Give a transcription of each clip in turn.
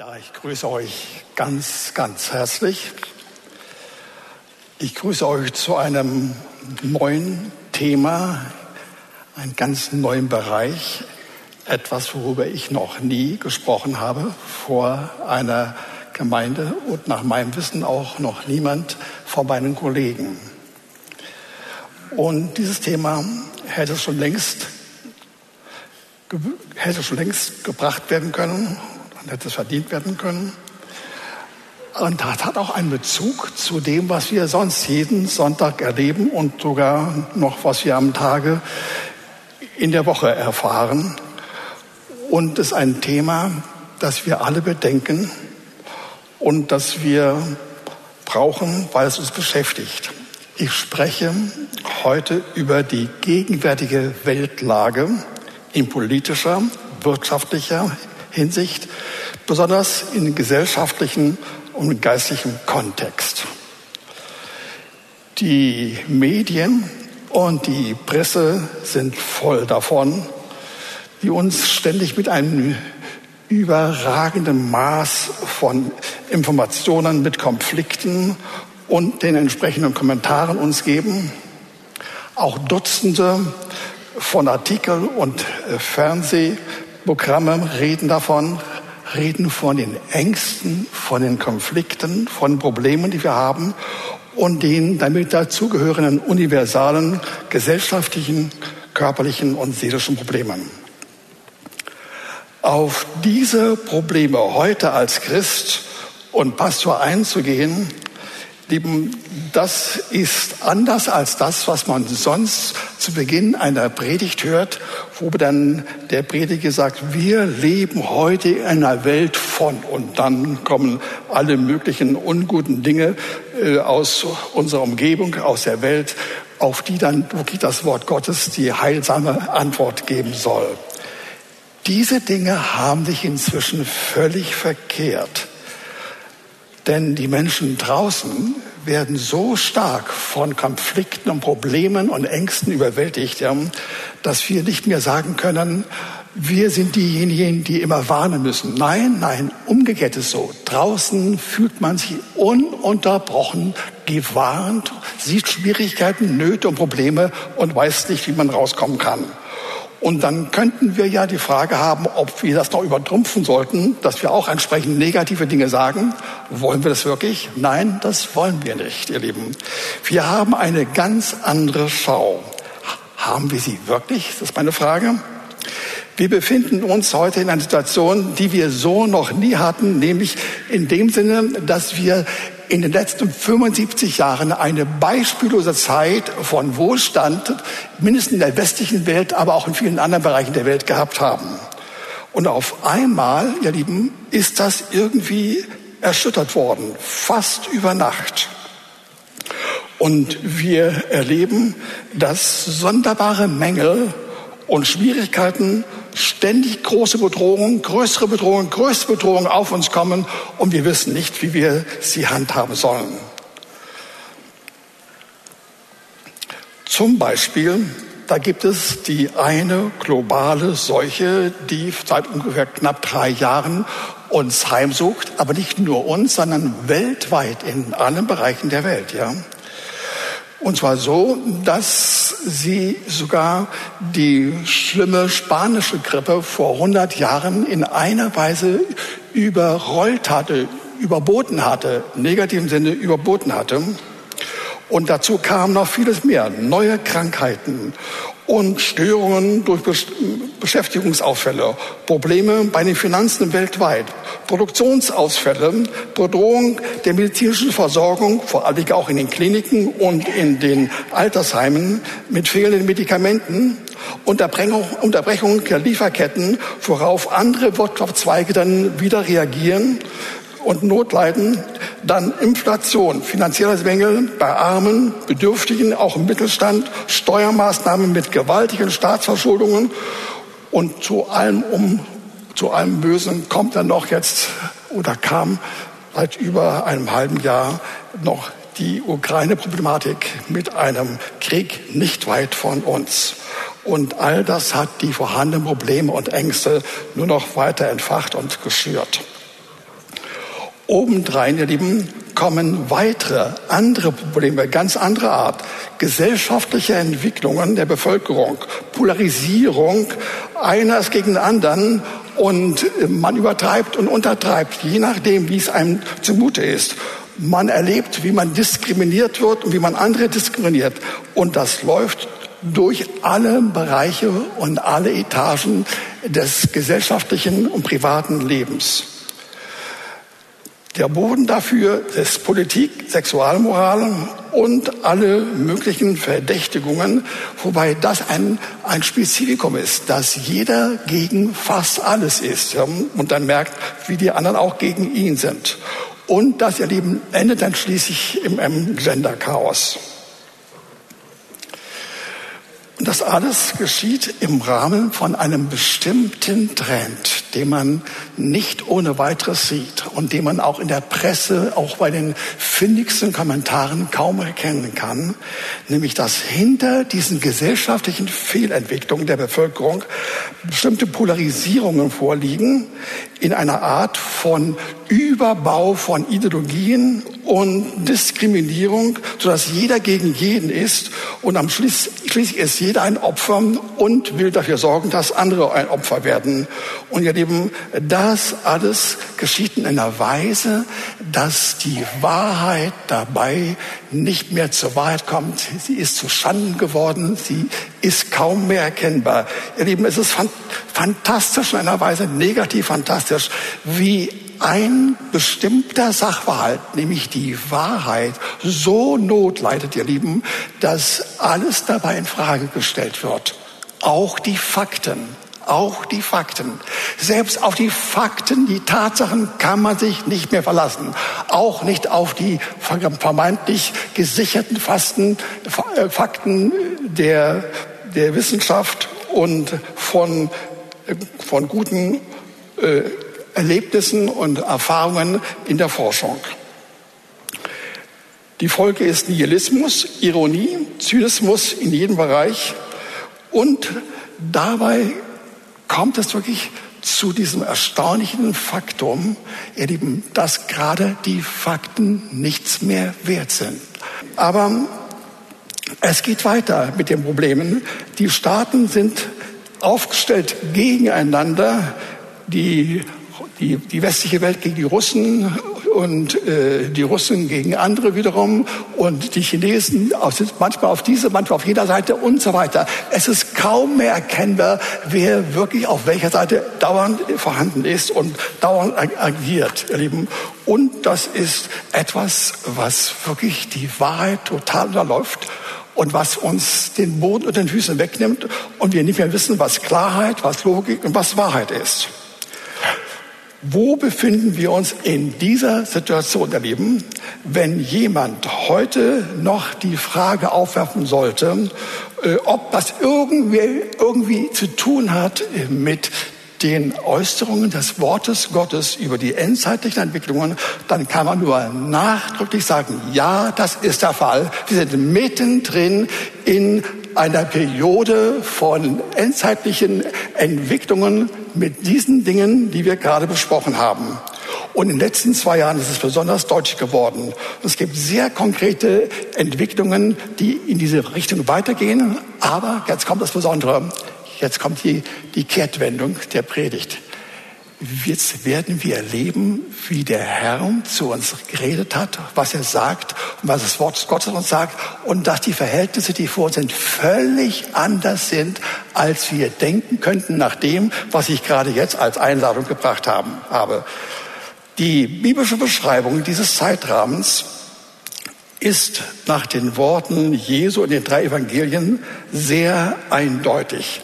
Ja, ich grüße euch ganz, ganz herzlich. Ich grüße euch zu einem neuen Thema, einem ganz neuen Bereich. Etwas, worüber ich noch nie gesprochen habe vor einer Gemeinde und nach meinem Wissen auch noch niemand von meinen Kollegen. Und dieses Thema hätte schon längst gebracht werden können, hätte es verdient werden können. Und das hat auch einen Bezug zu dem, was wir sonst jeden Sonntag erleben und sogar noch, was wir am Tage in der Woche erfahren. Und es ist ein Thema, das wir alle bedenken und das wir brauchen, weil es uns beschäftigt. Ich spreche heute über die gegenwärtige Weltlage in politischer, wirtschaftlicher Hinsicht, besonders in gesellschaftlichen und geistlichem Kontext. Die Medien und die Presse sind voll davon, die uns ständig mit einem überragenden Maß von Informationen, mit Konflikten und den entsprechenden Kommentaren uns geben. Auch Dutzende von Artikeln und Fernsehprogramme reden von den Ängsten, von den Konflikten, von Problemen, die wir haben und den damit dazugehörenden universalen gesellschaftlichen, körperlichen und seelischen Problemen. Auf diese Probleme heute als Christ und Pastor einzugehen, Lieben, das ist anders als das, was man sonst zu Beginn einer Predigt hört, wo dann der Prediger sagt, wir leben heute in einer Welt von, und dann kommen alle möglichen unguten Dinge aus unserer Umgebung, aus der Welt, auf die dann wirklich das Wort Gottes die heilsame Antwort geben soll. Diese Dinge haben sich inzwischen völlig verkehrt. Denn die Menschen draußen werden so stark von Konflikten und Problemen und Ängsten überwältigt, dass wir nicht mehr sagen können, wir sind diejenigen, die immer warnen müssen. Nein, umgekehrt ist so. Draußen fühlt man sich ununterbrochen gewarnt, sieht Schwierigkeiten, Nöte und Probleme und weiß nicht, wie man rauskommen kann. Und dann könnten wir ja die Frage haben, ob wir das noch übertrumpfen sollten, dass wir auch entsprechend negative Dinge sagen. Wollen wir das wirklich? Nein, das wollen wir nicht, ihr Lieben. Wir haben eine ganz andere Schau. Haben wir sie wirklich? Das ist meine Frage. Wir befinden uns heute in einer Situation, die wir so noch nie hatten, nämlich in dem Sinne, dass wir in den letzten 75 Jahren eine beispiellose Zeit von Wohlstand, mindestens in der westlichen Welt, aber auch in vielen anderen Bereichen der Welt gehabt haben. Und auf einmal, ihr Lieben, ist das irgendwie erschüttert worden, fast über Nacht. Und wir erleben, dass sonderbare Mängel und Schwierigkeiten, ständig größere Bedrohungen auf uns kommen und wir wissen nicht, wie wir sie handhaben sollen. Zum Beispiel, da gibt es die eine globale Seuche, die seit ungefähr knapp 3 Jahren uns heimsucht, aber nicht nur uns, sondern weltweit in allen Bereichen der Welt, ja. Und zwar so, dass sie sogar die schlimme spanische Grippe vor 100 Jahren in einer Weise überboten hatte, im negativen Sinne überboten hatte. Und dazu kam noch vieles mehr, neue Krankheiten und Störungen durch Beschäftigungsausfälle, Probleme bei den Finanzen weltweit, Produktionsausfälle, Bedrohung der medizinischen Versorgung, vor allem auch in den Kliniken und in den Altersheimen mit fehlenden Medikamenten, Unterbrechung der Lieferketten, worauf andere Wirtschaftszweige dann wieder reagieren und Not leiden, dann Inflation, finanzielle Mängel bei Armen, Bedürftigen, auch im Mittelstand, Steuermaßnahmen mit gewaltigen Staatsverschuldungen und zu allem Bösen kommt dann noch jetzt oder kam seit über einem halben Jahr noch die Ukraine-Problematik mit einem Krieg nicht weit von uns. Und all das hat die vorhandenen Probleme und Ängste nur noch weiter entfacht und geschürt. Obendrein, ihr Lieben, kommen weitere, andere Probleme, ganz anderer Art. Gesellschaftliche Entwicklungen der Bevölkerung, Polarisierung, einer ist gegen den anderen und man übertreibt und untertreibt, je nachdem, wie es einem zumute ist. Man erlebt, wie man diskriminiert wird und wie man andere diskriminiert. Und das läuft durch alle Bereiche und alle Etagen des gesellschaftlichen und privaten Lebens. Der Boden dafür ist Politik, Sexualmoral und alle möglichen Verdächtigungen, wobei das ein Spezifikum ist, dass jeder gegen fast alles ist und dann merkt, wie die anderen auch gegen ihn sind. Und das, ihr Lieben, endet dann schließlich im Gender-Chaos. Und das alles geschieht im Rahmen von einem bestimmten Trend, den man nicht ohne weiteres sieht und den man auch in der Presse, auch bei den findigsten Kommentaren kaum erkennen kann, nämlich dass hinter diesen gesellschaftlichen Fehlentwicklungen der Bevölkerung bestimmte Polarisierungen vorliegen in einer Art von Überbau von Ideologien und Diskriminierung, sodass jeder gegen jeden ist und am schließlich ist jeder ein Opfer und will dafür sorgen, dass andere ein Opfer werden. Und ihr Lieben, das alles geschieht in einer Weise, dass die Wahrheit dabei nicht mehr zur Wahrheit kommt. Sie ist zu Schanden geworden, sie ist kaum mehr erkennbar. Ihr Lieben, es ist fantastisch in einer Weise, negativ fantastisch, wie ein bestimmter Sachverhalt, nämlich die Wahrheit, so Not leidet, ihr Lieben, dass alles dabei in Frage gestellt wird. Auch die Fakten. Auch die Fakten. Selbst auf die Fakten, die Tatsachen kann man sich nicht mehr verlassen. Auch nicht auf die vermeintlich gesicherten Fakten der Wissenschaft und von guten Erlebnissen und Erfahrungen in der Forschung. Die Folge ist Nihilismus, Ironie, Zynismus in jedem Bereich und dabei kommt es wirklich zu diesem erstaunlichen Faktum, ihr Lieben, dass gerade die Fakten nichts mehr wert sind. Aber es geht weiter mit den Problemen. Die Staaten sind aufgestellt gegeneinander, die westliche Welt gegen die Russen und die Russen gegen andere wiederum und die Chinesen manchmal auf diese, manchmal auf jeder Seite und so weiter. Es ist kaum mehr erkennbar, wer wirklich auf welcher Seite dauernd vorhanden ist und dauernd agiert, ihr Lieben. Und das ist etwas, was wirklich die Wahrheit total unterläuft und was uns den Boden unter den Füßen wegnimmt und wir nicht mehr wissen, was Klarheit, was Logik und was Wahrheit ist. Wo befinden wir uns in dieser Situation, ihr Lieben, wenn jemand heute noch die Frage aufwerfen sollte, ob das irgendwie zu tun hat mit den Äußerungen des Wortes Gottes über die endzeitlichen Entwicklungen, dann kann man nur nachdrücklich sagen, ja, das ist der Fall. Wir sind mittendrin in einer Periode von endzeitlichen Entwicklungen mit diesen Dingen, die wir gerade besprochen haben. Und in den letzten 2 Jahren ist es besonders deutlich geworden. Es gibt sehr konkrete Entwicklungen, die in diese Richtung weitergehen. Aber jetzt kommt das Besondere. Jetzt kommt die Kehrtwendung der Predigt. Jetzt werden wir erleben, wie der Herr zu uns geredet hat, was er sagt und was das Wort Gottes uns sagt und dass die Verhältnisse, die vor uns sind, völlig anders sind, als wir denken könnten nach dem, was ich gerade jetzt als Einladung gebracht habe. Die biblische Beschreibung dieses Zeitrahmens ist nach den Worten Jesu in den 3 Evangelien sehr eindeutig.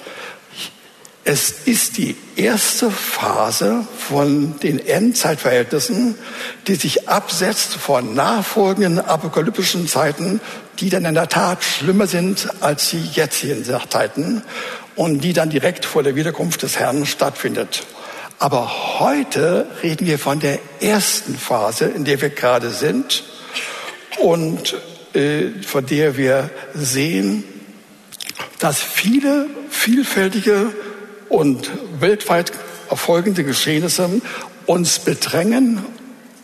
Es ist die erste Phase von den Endzeitverhältnissen, die sich absetzt von nachfolgenden apokalyptischen Zeiten, die dann in der Tat schlimmer sind als die jetzigen Zeiten und die dann direkt vor der Wiederkunft des Herrn stattfindet. Aber heute reden wir von der ersten Phase, in der wir gerade sind und von der wir sehen, dass viele vielfältige und weltweit erfolgende Geschehnisse uns bedrängen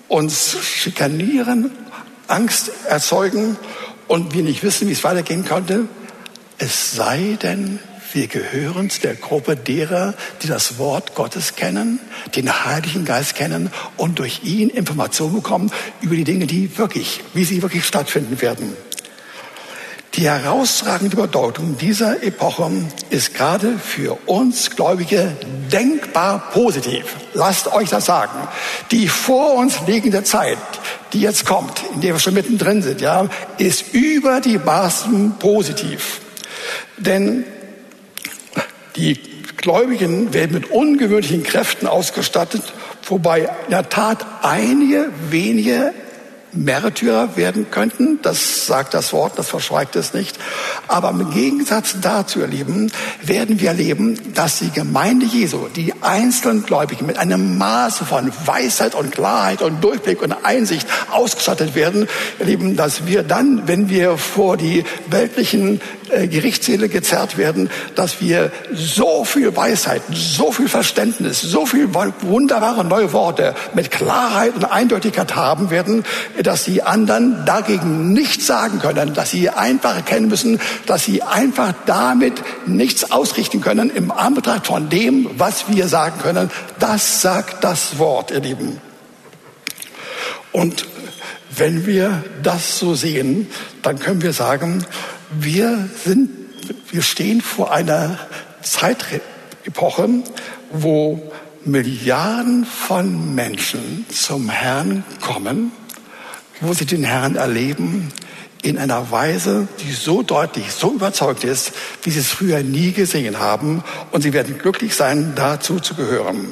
uns schikanieren, Angst erzeugen und wir nicht wissen, wie es weitergehen könnte. Es sei denn, wir gehören zu der Gruppe derer, die das Wort Gottes kennen, den Heiligen Geist kennen und durch ihn Informationen bekommen über die Dinge, wie sie wirklich stattfinden werden. Die herausragende Bedeutung dieser Epoche ist gerade für uns Gläubige denkbar positiv. Lasst euch das sagen. Die vor uns liegende Zeit, die jetzt kommt, in der wir schon mittendrin sind, ja, ist über die Maßen positiv. Denn die Gläubigen werden mit ungewöhnlichen Kräften ausgestattet, wobei in der Tat einige wenige Märtyrer werden könnten. Das sagt das Wort, das verschweigt es nicht. Aber im Gegensatz dazu, ihr Lieben, werden wir erleben, dass die Gemeinde Jesu, die einzelnen Gläubigen mit einem Maße von Weisheit und Klarheit und Durchblick und Einsicht ausgestattet werden, ihr Lieben, dass wir dann, wenn wir vor die weltlichen Gerichtssäle gezerrt werden, dass wir so viel Weisheit, so viel Verständnis, so viel wunderbare neue Worte mit Klarheit und Eindeutigkeit haben werden, dass die anderen dagegen nichts sagen können, dass sie einfach erkennen müssen, dass sie einfach damit nichts ausrichten können im Anbetracht von dem, was wir sagen können. Das sagt das Wort, ihr Lieben. Und wenn wir das so sehen, dann können wir sagen, wir stehen vor einer Zeitepoche, wo Milliarden von Menschen zum Herrn kommen, wo sie den Herrn erleben in einer Weise, die so deutlich, so überzeugt ist, wie sie es früher nie gesehen haben. Und sie werden glücklich sein, dazu zu gehören.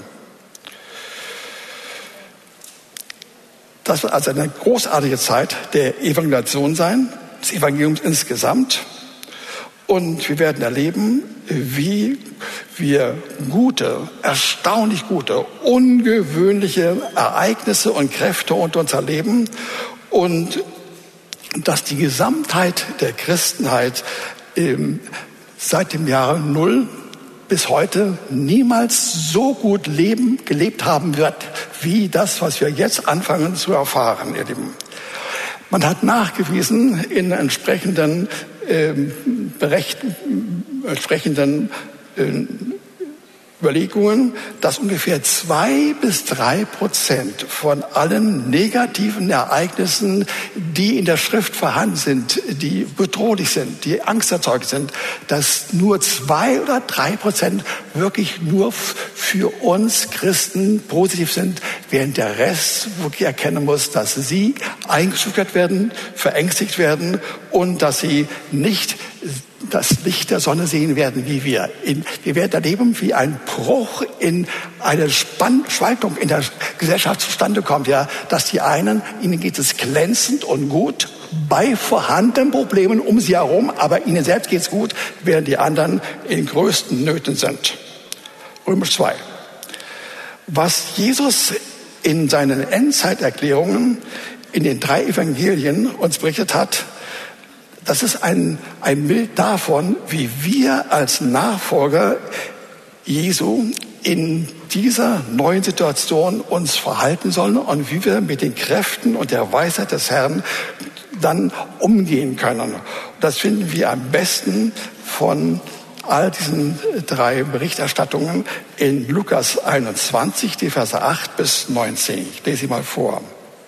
Das wird also eine großartige Zeit der Evangelisation sein, des Evangeliums insgesamt. Und wir werden erleben, wie wir erstaunlich gute, ungewöhnliche Ereignisse und Kräfte unter uns erleben und dass die Gesamtheit der Christenheit seit dem Jahre 0 bis heute niemals so gut gelebt haben wird, wie das, was wir jetzt anfangen zu erfahren, ihr Lieben. Man hat nachgewiesen in entsprechenden Überlegungen, dass ungefähr 2-3% von allen negativen Ereignissen, die in der Schrift vorhanden sind, die bedrohlich sind, die angsterzeugend sind, dass nur 2 oder 3% wirklich nur für uns Christen positiv sind, während der Rest wirklich erkennen muss, dass sie eingeschüchtert werden, verängstigt werden und dass sie nicht das Licht der Sonne sehen werden wie wir. Wir werden erleben, wie ein Bruch in eine Spaltung in der Gesellschaft zustande kommt. Ja, dass die einen, ihnen geht es glänzend und gut bei vorhandenen Problemen um sie herum, aber ihnen selbst geht es gut, während die anderen in größten Nöten sind. Römer 2. Was Jesus in seinen Endzeiterklärungen in den 3 Evangelien uns berichtet hat, das ist ein Bild davon, wie wir als Nachfolger Jesu in dieser neuen Situation uns verhalten sollen und wie wir mit den Kräften und der Weisheit des Herrn dann umgehen können. Das finden wir am besten von all diesen 3 Berichterstattungen in Lukas 21, die Verse 8 bis 19. Ich lese sie mal vor.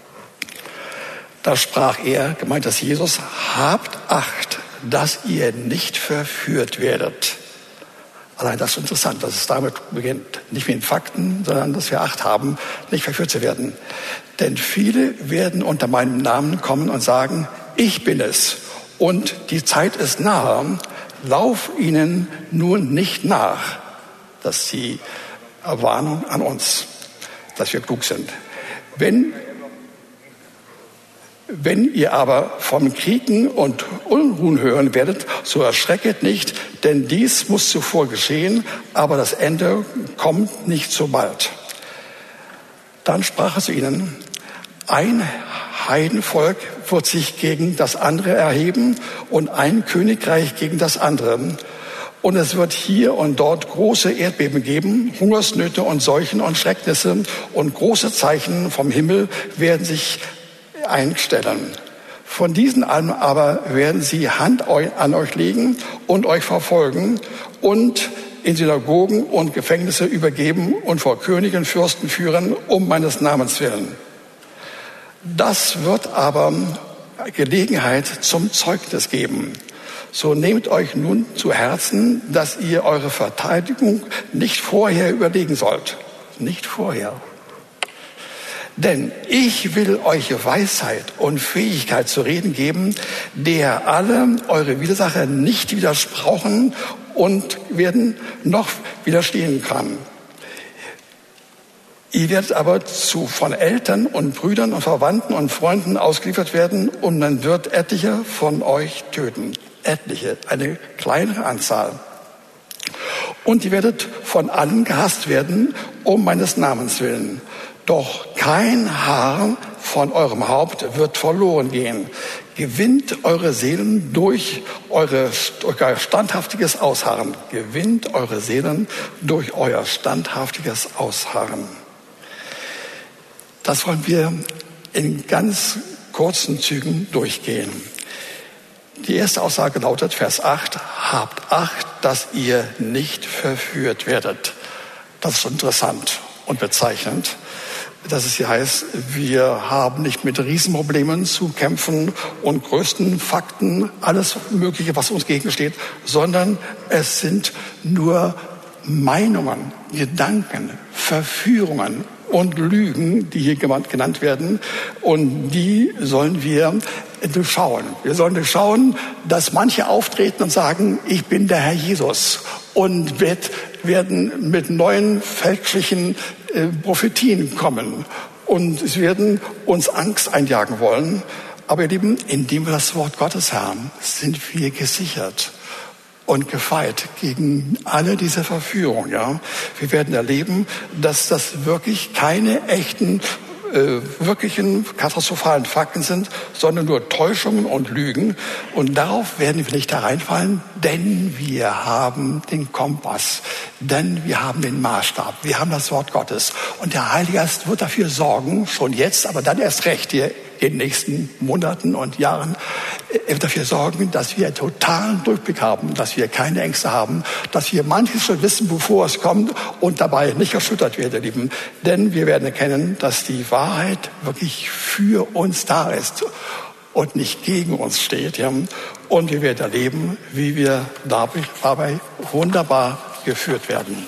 Da sprach er, gemeint das Jesus, habt Acht, dass ihr nicht verführt werdet. Allein das ist interessant, dass es damit beginnt. Nicht mit den Fakten, sondern dass wir Acht haben, nicht verführt zu werden. Denn viele werden unter meinem Namen kommen und sagen, ich bin es. Und die Zeit ist nahe. Lauf ihnen nun nicht nach. Das ist die Erwarnung an uns, dass wir klug sind. Wenn ihr aber vom Kriegen und Unruhen hören werdet, so erschrecket nicht, denn dies muss zuvor geschehen, aber das Ende kommt nicht so bald. Dann sprach er zu ihnen, ein Heidenvolk wird sich gegen das andere erheben und ein Königreich gegen das andere. Und es wird hier und dort große Erdbeben geben, Hungersnöte und Seuchen und Schrecknisse und große Zeichen vom Himmel werden sich einstellen. Von diesen allen aber werden sie Hand an euch legen und euch verfolgen und in Synagogen und Gefängnisse übergeben und vor Königen, Fürsten führen, um meines Namens willen. Das wird aber Gelegenheit zum Zeugnis geben. So nehmt euch nun zu Herzen, dass ihr eure Verteidigung nicht vorher überlegen sollt. Nicht vorher. Denn ich will euch Weisheit und Fähigkeit zu reden geben, der alle eure Widersacher nicht widersprochen und werden noch widerstehen kann. Ihr werdet aber von Eltern und Brüdern und Verwandten und Freunden ausgeliefert werden und man wird etliche von euch töten. Etliche, eine kleinere Anzahl. Und ihr werdet von allen gehasst werden, um meines Namens willen. Doch kein Haar von eurem Haupt wird verloren gehen. Gewinnt eure Seelen durch euer standhaftiges Ausharren. Gewinnt eure Seelen durch euer standhaftiges Ausharren. Das wollen wir in ganz kurzen Zügen durchgehen. Die erste Aussage lautet, Vers 8, habt Acht, dass ihr nicht verführt werdet. Das ist interessant und bezeichnend, dass es hier heißt, wir haben nicht mit Riesenproblemen zu kämpfen und größten Fakten, alles Mögliche, was uns gegensteht, sondern es sind nur Meinungen, Gedanken, Verführungen und Lügen, die hier genannt werden. Und die sollen wir durchschauen. Wir sollen durchschauen, dass manche auftreten und sagen, ich bin der Herr Jesus. Und werden mit neuen fälschlichen Prophetien kommen. Und sie werden uns Angst einjagen wollen. Aber ihr Lieben, indem wir das Wort Gottes haben, sind wir gesichert und gefeit gegen alle diese Verführungen. Ja? Wir werden erleben, dass das wirklich keine echten, wirklichen katastrophalen Fakten sind, sondern nur Täuschungen und Lügen. Und darauf werden wir nicht hereinfallen, denn wir haben den Kompass, denn wir haben den Maßstab, wir haben das Wort Gottes. Und der Heilige Geist wird dafür sorgen, schon jetzt, aber dann erst recht hier in den nächsten Monaten und Jahren, dafür sorgen, dass wir totalen Durchblick haben, dass wir keine Ängste haben, dass wir manches schon wissen, bevor es kommt und dabei nicht erschüttert werden, Lieben. Denn wir werden erkennen, dass die Wahrheit wirklich für uns da ist und nicht gegen uns steht. Ja? Und wir werden erleben, wie wir dabei wunderbar geführt werden.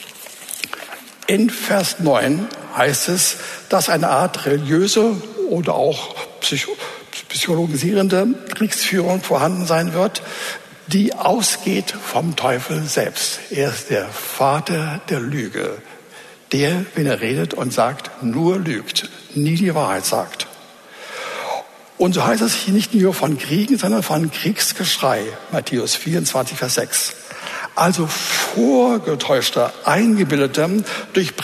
In Vers 9 heißt es, dass eine Art religiöse oder auch psychologisierende Kriegsführung vorhanden sein wird, die ausgeht vom Teufel selbst. Er ist der Vater der Lüge, der, wenn er redet und sagt, nur lügt, nie die Wahrheit sagt. Und so heißt es hier nicht nur von Kriegen, sondern von Kriegsgeschrei, Matthäus 24, Vers 6. Also vorgetäuschter, eingebildeter, durch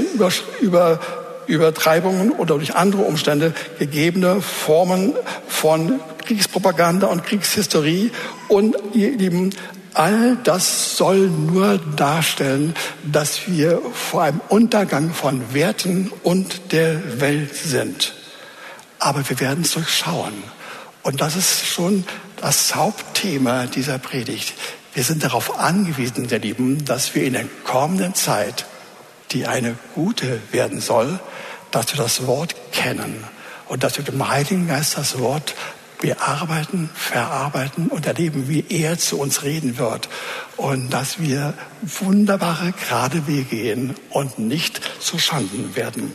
Übertreibungen oder durch andere Umstände gegebene Formen von Kriegspropaganda und Kriegshysterie. Und ihr Lieben, all das soll nur darstellen, dass wir vor einem Untergang von Werten und der Welt sind. Aber wir werden es durchschauen. Und das ist schon das Hauptthema dieser Predigt. Wir sind darauf angewiesen, ihr Lieben, dass wir in der kommenden Zeit, die eine gute werden soll, dass wir das Wort kennen und dass wir mit dem Heiligen Geist das Wort bearbeiten, verarbeiten und erleben, wie er zu uns reden wird und dass wir wunderbare, gerade Wege gehen und nicht zu Schanden werden.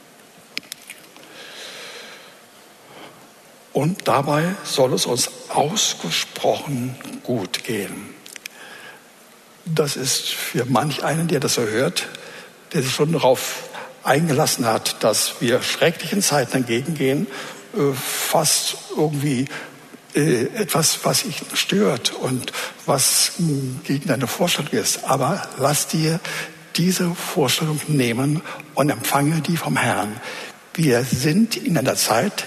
Und dabei soll es uns ausgesprochen gut gehen. Das ist für manch einen, der das so hört, der sich schon darauf eingelassen hat, dass wir schrecklichen Zeiten entgegengehen, fast irgendwie etwas, was ihn stört und was gegen deine Vorstellung ist. Aber lass dir diese Vorstellung nehmen und empfange die vom Herrn. Wir sind in einer Zeit,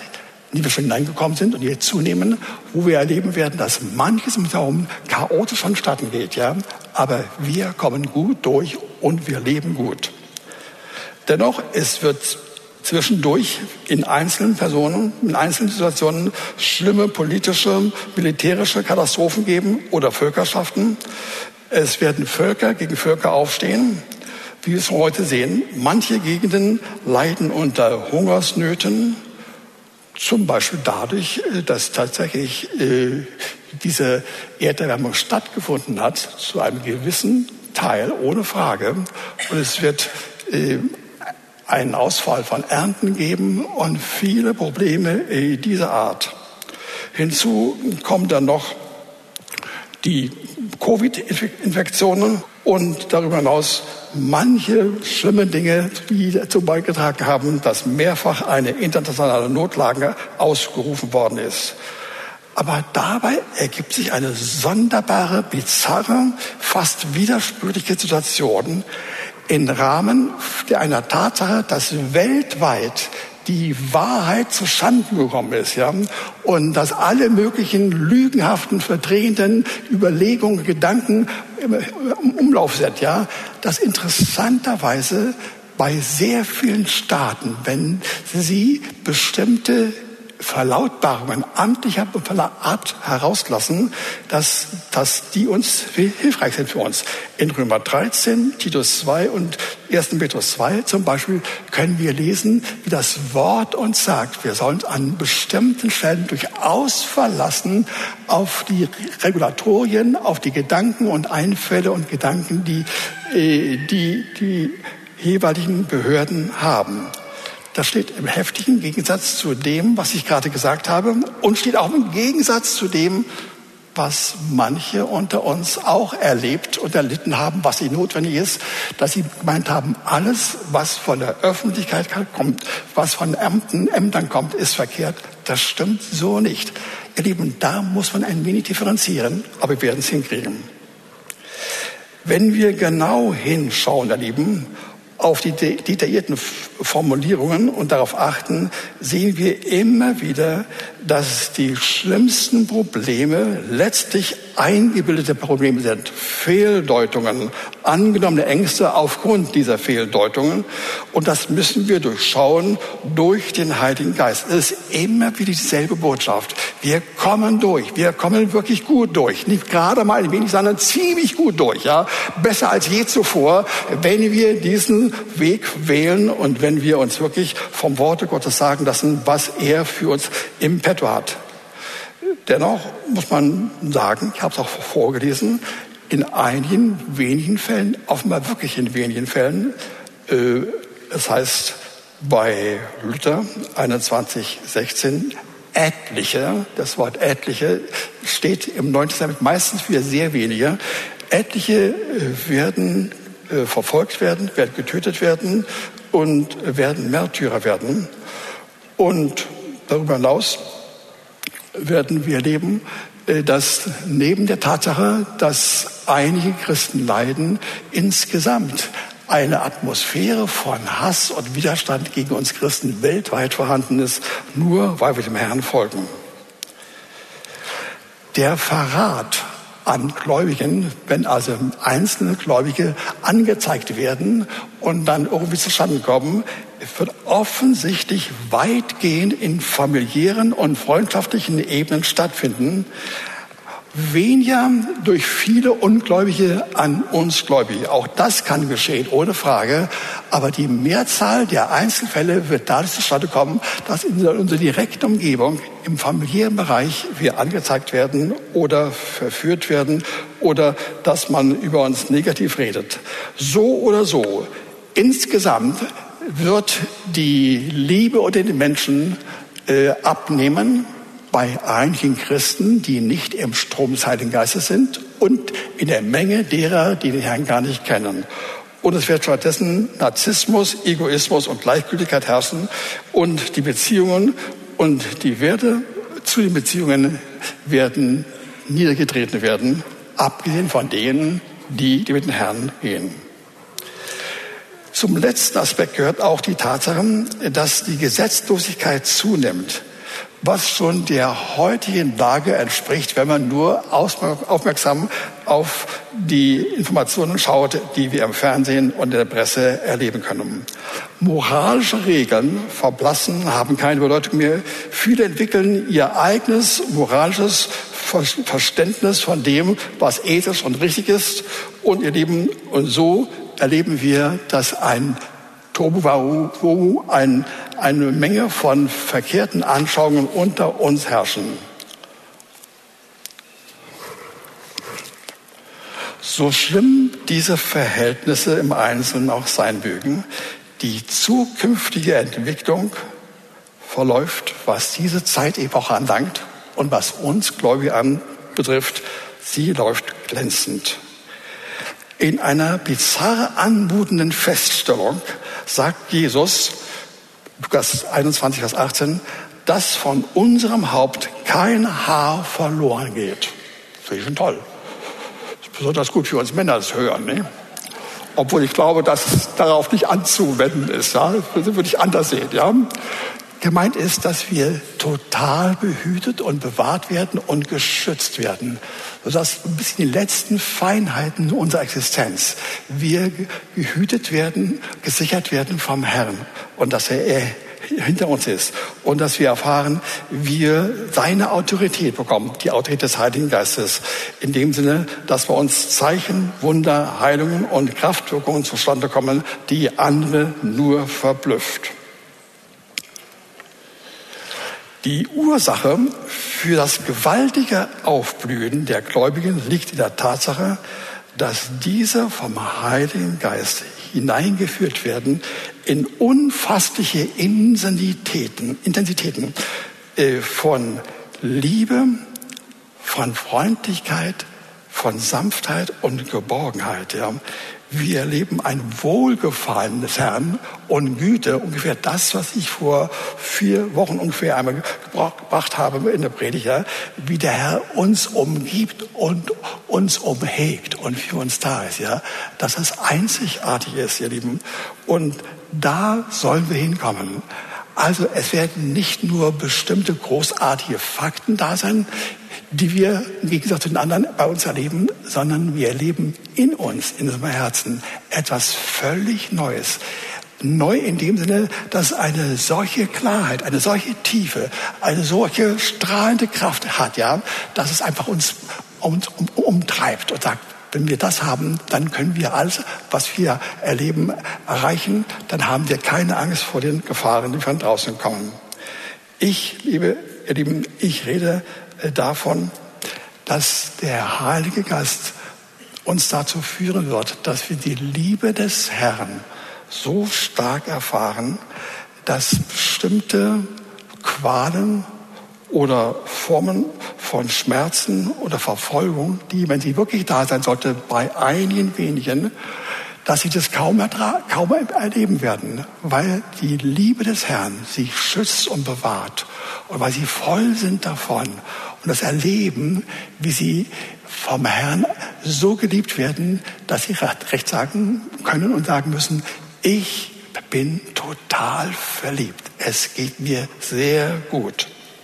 in die wir schon hineingekommen sind und die jetzt zunehmen, wo wir erleben werden, dass manches im Raum chaotisch vonstatten geht, ja. Aber wir kommen gut durch und wir leben gut. Dennoch, es wird zwischendurch in einzelnen Personen, in einzelnen Situationen schlimme politische, militärische Katastrophen geben oder Völkerschaften. Es werden Völker gegen Völker aufstehen, wie wir es heute sehen. Manche Gegenden leiden unter Hungersnöten, zum Beispiel dadurch, dass tatsächlich diese Erderwärmung stattgefunden hat, zu einem gewissen Teil, ohne Frage. Und es wird einen Ausfall von Ernten geben und viele Probleme dieser Art. Hinzu kommen dann noch die Covid-Infektionen und darüber hinaus manche schlimme Dinge, die dazu beigetragen haben, dass mehrfach eine internationale Notlage ausgerufen worden ist. Aber dabei ergibt sich eine sonderbare, bizarre, fast widersprüchliche Situation im Rahmen einer Tatsache, dass weltweit die Wahrheit zu Schanden gekommen ist, ja, und dass alle möglichen lügenhaften, verdrehenden Überlegungen, Gedanken im Umlauf sind, ja, dass interessanterweise bei sehr vielen Staaten, wenn sie bestimmte Verlautbarungen amtlicher Art herauslassen, dass die uns hilfreich sind für uns. In Römer 13, Titus 2 und 1. Petrus 2 zum Beispiel können wir lesen, wie das Wort uns sagt, wir sollen uns an bestimmten Stellen durchaus verlassen auf die Regulatorien, auf die Gedanken und Einfälle und Gedanken, die jeweiligen Behörden haben. Das steht im heftigen Gegensatz zu dem, was ich gerade gesagt habe, und steht auch im Gegensatz zu dem, was manche unter uns auch erlebt und erlitten haben, was ihnen notwendig ist, dass sie gemeint haben, alles, was von der Öffentlichkeit kommt, was von Ämtern kommt, ist verkehrt. Das stimmt so nicht. Ihr Lieben, da muss man ein wenig differenzieren, aber wir werden es hinkriegen. Wenn wir genau hinschauen, ihr Lieben, auf die detaillierten Formulierungen und darauf achten, sehen wir immer wieder, dass die schlimmsten Probleme letztlich eingebildete Probleme sind. Fehldeutungen, angenommene Ängste aufgrund dieser Fehldeutungen. Und das müssen wir durchschauen durch den Heiligen Geist. Es ist immer wieder dieselbe Botschaft. Wir kommen durch. Wir kommen wirklich gut durch. Nicht gerade mal ein wenig, sondern ziemlich gut durch. Ja? Besser als je zuvor, wenn wir diesen Weg wählen und wenn wir uns wirklich vom Worte Gottes sagen lassen, was er für uns im Petto hat. Dennoch muss man sagen, ich habe es auch vorgelesen, in einigen wenigen Fällen, offenbar wirklich in wenigen Fällen, das heißt bei Luther 21,16, etliche, das Wort etliche steht im Neuen Testament meistens für sehr wenige, etliche werden verfolgt werden, werden getötet werden und werden Märtyrer werden. Und darüber hinaus werden wir erleben, dass neben der Tatsache, dass einige Christen leiden, insgesamt eine Atmosphäre von Hass und Widerstand gegen uns Christen weltweit vorhanden ist, nur weil wir dem Herrn folgen. Der Verrat an Gläubigen, wenn also einzelne Gläubige angezeigt werden und dann irgendwie zustande kommen, wird offensichtlich weitgehend in familiären und freundschaftlichen Ebenen stattfinden. Weniger durch viele Ungläubige an uns Gläubige. Auch das kann geschehen, ohne Frage. Aber die Mehrzahl der Einzelfälle wird dadurch zustande kommen, dass in unserer direkten Umgebung, im familiären Bereich, wir angezeigt werden oder verführt werden oder dass man über uns negativ redet. So oder so. Insgesamt wird die Liebe unter den Menschen abnehmen. Bei einigen Christen, die nicht im Strom des Heiligen Geistes sind und in der Menge derer, die den Herrn gar nicht kennen. Und es wird stattdessen Narzissmus, Egoismus und Gleichgültigkeit herrschen und die Beziehungen und die Werte zu den Beziehungen werden niedergetreten werden, abgesehen von denen, die mit dem Herrn gehen. Zum letzten Aspekt gehört auch die Tatsache, dass die Gesetzlosigkeit zunimmt. was schon der heutigen Lage entspricht, wenn man nur aufmerksam auf die Informationen schaut, die wir im Fernsehen und in der Presse erleben können. Moralische Regeln verblassen, haben keine Bedeutung mehr. Viele entwickeln ihr eigenes moralisches Verständnis von dem, was ethisch und richtig ist. Und ihr Lieben, und so erleben wir, dass ein Tohuwabohu, eine Menge von verkehrten Anschauungen unter uns herrschen. So schlimm diese Verhältnisse im Einzelnen auch sein mögen, die zukünftige Entwicklung verläuft, was diese Zeitepoche anlangt und was uns Gläubige anbetrifft, sie läuft glänzend. In einer bizarr anmutenden Feststellung sagt Jesus, Lukas 21, Vers 18, dass von unserem Haupt kein Haar verloren geht. Das finde ich schon toll. Das ist besonders gut für uns Männer, das hören. Ne? Obwohl ich glaube, dass es darauf nicht anzuwenden ist. Ja? Das würde ich anders sehen. Ja? Gemeint ist, dass wir total behütet und bewahrt werden und geschützt werden. Sodass ein bisschen die letzten Feinheiten unserer Existenz wir gehütet werden, gesichert werden vom Herrn. Und dass er hinter uns ist. Und dass wir erfahren, wir seine Autorität bekommen, die Autorität des Heiligen Geistes. In dem Sinne, dass bei uns Zeichen, Wunder, Heilungen und Kraftwirkungen zustande kommen, die andere nur verblüfft. Die Ursache für das gewaltige Aufblühen der Gläubigen liegt in der Tatsache, dass diese vom Heiligen Geist hineingeführt werden in unfassliche Intensitäten von Liebe, von Freundlichkeit, von Sanftheit und Geborgenheit. Ja. Wir erleben ein Wohlgefallen des Herrn und Güte, ungefähr das, was ich vor 4 Wochen ungefähr einmal gebracht habe in der Predigt, ja, wie der Herr uns umgibt und uns umhegt und für uns da ist, ja, dass das einzigartig ist, ihr Lieben. Und da sollen wir hinkommen. Also es werden nicht nur bestimmte großartige Fakten da sein, die wir im Gegensatz zu den anderen bei uns erleben, sondern wir erleben in uns, in unserem Herzen, etwas völlig Neues. Neu in dem Sinne, dass eine solche Klarheit, eine solche Tiefe, eine solche strahlende Kraft hat, ja, dass es einfach uns umtreibt und sagt, wenn wir das haben, dann können wir alles, was wir erleben, erreichen. Dann haben wir keine Angst vor den Gefahren, die von draußen kommen. Ihr Lieben, ich rede davon, dass der Heilige Geist uns dazu führen wird, dass wir die Liebe des Herrn so stark erfahren, dass bestimmte Qualen oder Formen von Schmerzen oder Verfolgung, die, wenn sie wirklich da sein sollte, bei einigen wenigen, dass sie das kaum erleben werden, weil die Liebe des Herrn sie schützt und bewahrt und weil sie voll sind davon und das Erleben, wie sie vom Herrn so geliebt werden, dass sie recht sagen können und sagen müssen, ich bin total verliebt. Es geht mir sehr gut.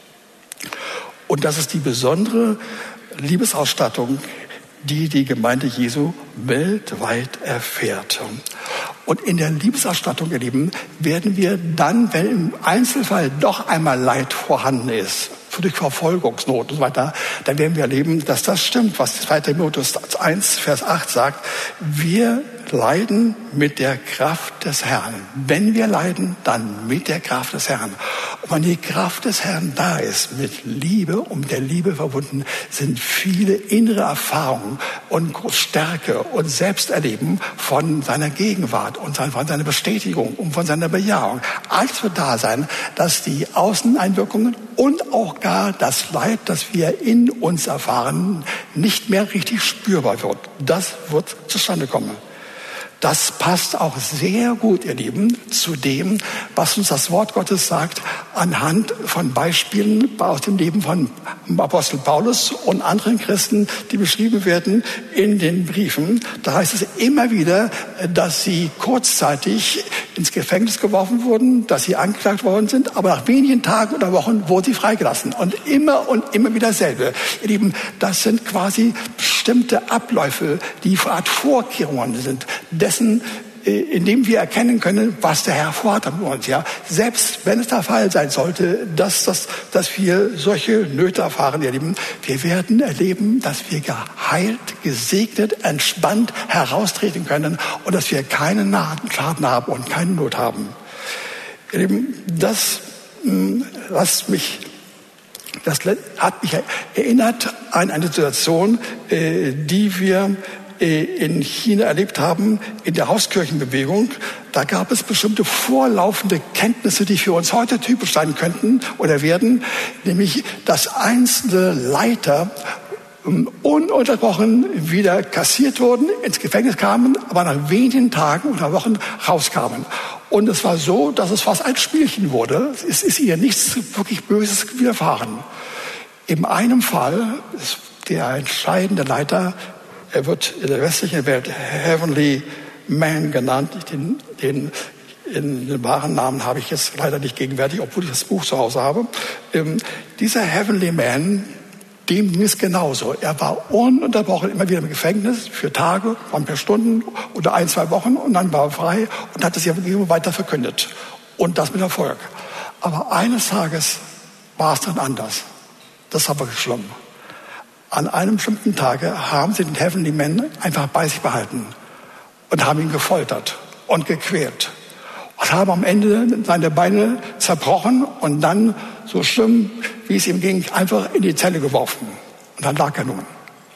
Und das ist die besondere Liebesausstattung, die die Gemeinde Jesu weltweit erfährt. Und in der Liebesausstattung, ihr Lieben, werden wir dann, wenn im Einzelfall doch einmal Leid vorhanden ist, durch Verfolgungsnot und so weiter, dann werden wir erleben, dass das stimmt, was 2. Timotheus 1, Vers 8 sagt. Wir leiden mit der Kraft des Herrn. Wenn wir leiden, dann mit der Kraft des Herrn. Und wenn die Kraft des Herrn da ist, mit Liebe und mit der Liebe verbunden, sind viele innere Erfahrungen und Stärke und Selbsterleben von seiner Gegenwart und von seiner Bestätigung und von seiner Bejahung. Alles wird da sein, dass die Außeneinwirkungen und auch gar das Leid, das wir in uns erfahren, nicht mehr richtig spürbar wird. Das wird zustande kommen. das passt auch sehr gut, ihr Lieben, zu dem, was uns das Wort Gottes sagt, anhand von Beispielen aus dem Leben von Apostel Paulus und anderen Christen, die beschrieben werden in den Briefen. Da heißt es immer wieder, dass sie kurzzeitig ins Gefängnis geworfen wurden, dass sie angeklagt worden sind, aber nach wenigen Tagen oder Wochen wurden sie freigelassen. Und immer wieder dasselbe. Ihr Lieben, das sind quasi bestimmte Abläufe, die eine Art Vorkehrungen sind, dessen, indem wir erkennen können, was der Herr vorhat mit uns. Ja? Selbst wenn es der Fall sein sollte, dass wir solche Nöte erfahren, ihr Lieben, wir werden erleben, dass wir geheilt, gesegnet, entspannt heraustreten können und dass wir keinen Schaden haben und keine Not haben. Ihr Lieben, das hat mich erinnert an eine Situation, die wir in China erlebt haben, in der Hauskirchenbewegung. Da gab es bestimmte vorlaufende Kenntnisse, die für uns heute typisch sein könnten oder werden, nämlich, dass einzelne Leiter ununterbrochen wieder kassiert wurden, ins Gefängnis kamen, aber nach wenigen Tagen oder Wochen rauskamen. Und es war so, dass es fast ein Spielchen wurde. Es ist ihr nichts wirklich Böses widerfahren. In einem Fall, der entscheidende Leiter, er wird in der westlichen Welt Heavenly Man genannt. Den wahren Namen habe ich jetzt leider nicht gegenwärtig, obwohl ich das Buch zu Hause habe. Dieser Heavenly Man, dem ging es genauso. Er war ununterbrochen immer wieder im Gefängnis für Tage, ein paar Stunden oder 1-2 Wochen und dann war er frei und hat das Evangelium weiter verkündet. Und das mit Erfolg. Aber eines Tages war es dann anders. Das war wirklich schlimm. An einem bestimmten Tage haben sie den Heavenly Man einfach bei sich behalten und haben ihn gefoltert und gequält. Und haben am Ende seine Beine zerbrochen und dann, so schlimm wie es ihm ging, einfach in die Zelle geworfen. Und dann lag er nun.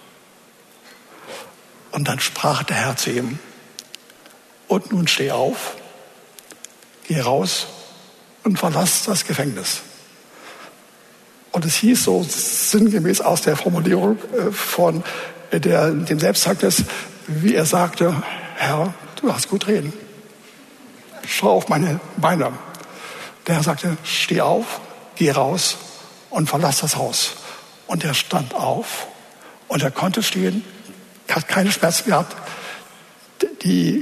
Und dann sprach der Herr zu ihm: Und nun steh auf, geh raus und verlass das Gefängnis. Und es hieß so sinngemäß aus der Formulierung von dem Selbstzeugnis, wie er sagte: Herr, du hast gut reden. Schau auf meine Beine. Der Herr sagte: Steh auf, geh raus und verlass das Haus. Und er stand auf und er konnte stehen, hat keine Schmerzen gehabt. Die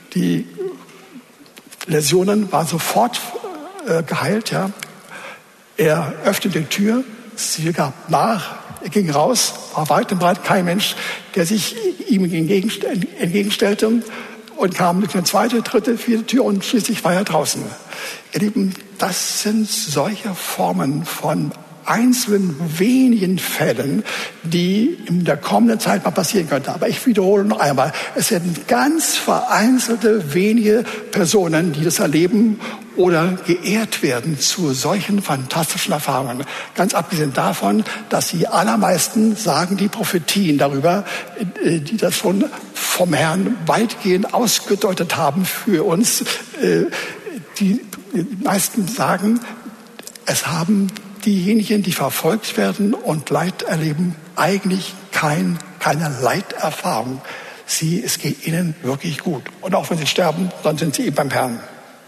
Läsionen waren sofort geheilt. Ja. Er öffnete die Tür, sie gab nach, er ging raus, war weit und breit kein Mensch, der sich ihm entgegenstellte, und kam durch eine zweite, dritte, vierte Tür und schließlich war er draußen. Ihr Lieben, das sind solche Formen von einzelnen wenigen Fällen, die in der kommenden Zeit mal passieren könnten. Aber ich wiederhole noch einmal, es sind ganz vereinzelte wenige Personen, die das erleben oder geehrt werden zu solchen fantastischen Erfahrungen. Ganz abgesehen davon, dass die allermeisten sagen die Prophetien darüber, die das schon vom Herrn weitgehend ausgedeutet haben für uns. Die meisten sagen, es haben diejenigen, die verfolgt werden und Leid erleben, eigentlich keine Leiterfahrung. Es geht ihnen wirklich gut. Und auch wenn sie sterben, dann sind sie eben beim Herrn.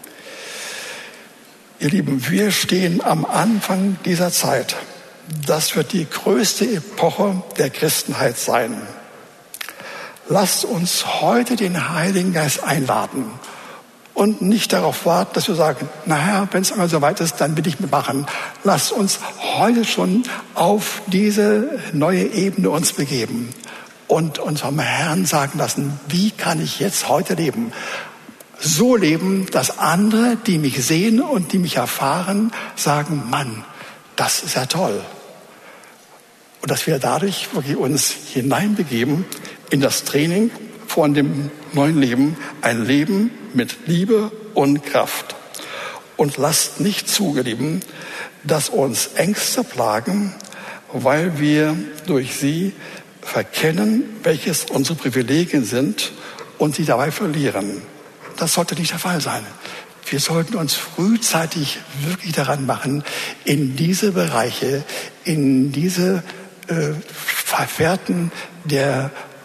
Ihr Lieben, wir stehen am Anfang dieser Zeit. Das wird die größte Epoche der Christenheit sein. Lasst uns heute den Heiligen Geist einladen und nicht darauf warten, dass wir sagen, na Herr, wenn es einmal so weit ist, dann will ich mitmachen. Lasst uns heute schon auf diese neue Ebene uns begeben und unserem Herrn sagen lassen, wie kann ich jetzt heute leben? So leben, dass andere, die mich sehen und die mich erfahren, sagen, Mann, das ist ja toll. Und dass wir dadurch wirklich uns hineinbegeben in das Training von dem neuen Leben, ein Leben mit Liebe und Kraft. Und lasst nicht zu, ihr Lieben, dass uns Ängste plagen, weil wir durch sie verkennen, welches unsere Privilegien sind und sie dabei verlieren. Das sollte nicht der Fall sein. Wir sollten uns frühzeitig wirklich daran machen, in diese Bereiche, in diese Fährten der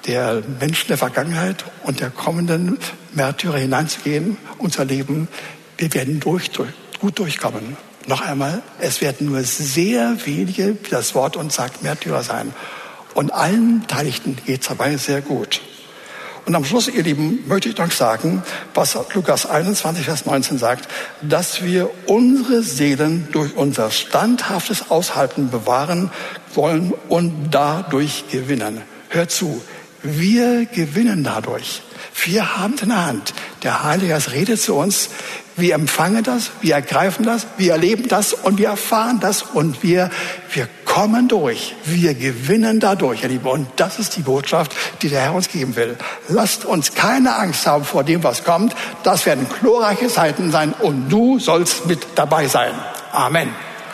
der Menschen der Vergangenheit und der kommenden Märtyrer hineinzugehen und zu erleben, wir werden gut durchkommen. Noch einmal, es werden nur sehr wenige, wie das Wort uns sagt, Märtyrer sein. Und allen Beteiligten geht es dabei sehr gut. Und am Schluss, ihr Lieben, möchte ich noch sagen, was Lukas 21, Vers 19 sagt, dass wir unsere Seelen durch unser standhaftes Aushalten bewahren wollen und dadurch gewinnen. Hört zu, wir gewinnen dadurch. Wir haben es in der Hand. Der Heilige Geist redet zu uns. Wir empfangen das, wir ergreifen das, wir erleben das und wir erfahren das und wir kommen durch. Wir gewinnen dadurch, ihr Lieben. Und das ist die Botschaft, die der Herr uns geben will. Lasst uns keine Angst haben vor dem, was kommt. Das werden glorreiche Zeiten sein und du sollst mit dabei sein. Amen.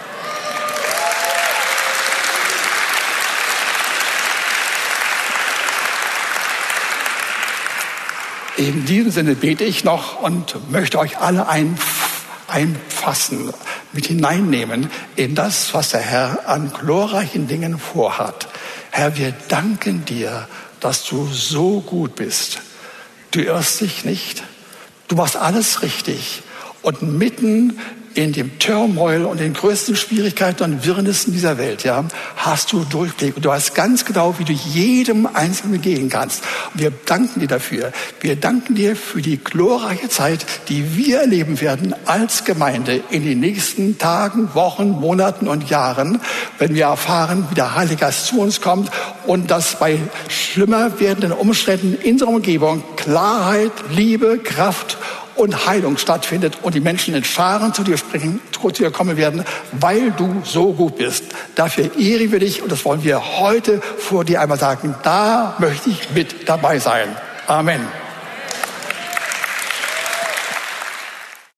In diesem Sinne bete ich noch und möchte euch alle einfassen, mit hineinnehmen in das, was der Herr an glorreichen Dingen vorhat. Herr, wir danken dir, dass du so gut bist. Du irrst dich nicht. Du machst alles richtig. Und mitten in dem Turmoil und den größten Schwierigkeiten und Wirrnissen dieser Welt, ja, hast du Durchblick. Und du weißt ganz genau, wie du jedem Einzelnen begegnen kannst. Und wir danken dir dafür. Wir danken dir für die glorreiche Zeit, die wir erleben werden als Gemeinde in den nächsten Tagen, Wochen, Monaten und Jahren, wenn wir erfahren, wie der Heilige Geist zu uns kommt und dass bei schlimmer werdenden Umständen in unserer Umgebung Klarheit, Liebe, Kraft und Heilung stattfindet und die Menschen in Scharen zu dir kommen werden, weil du so gut bist. Dafür ehren wir dich und das wollen wir heute vor dir einmal sagen. Da möchte ich mit dabei sein. Amen.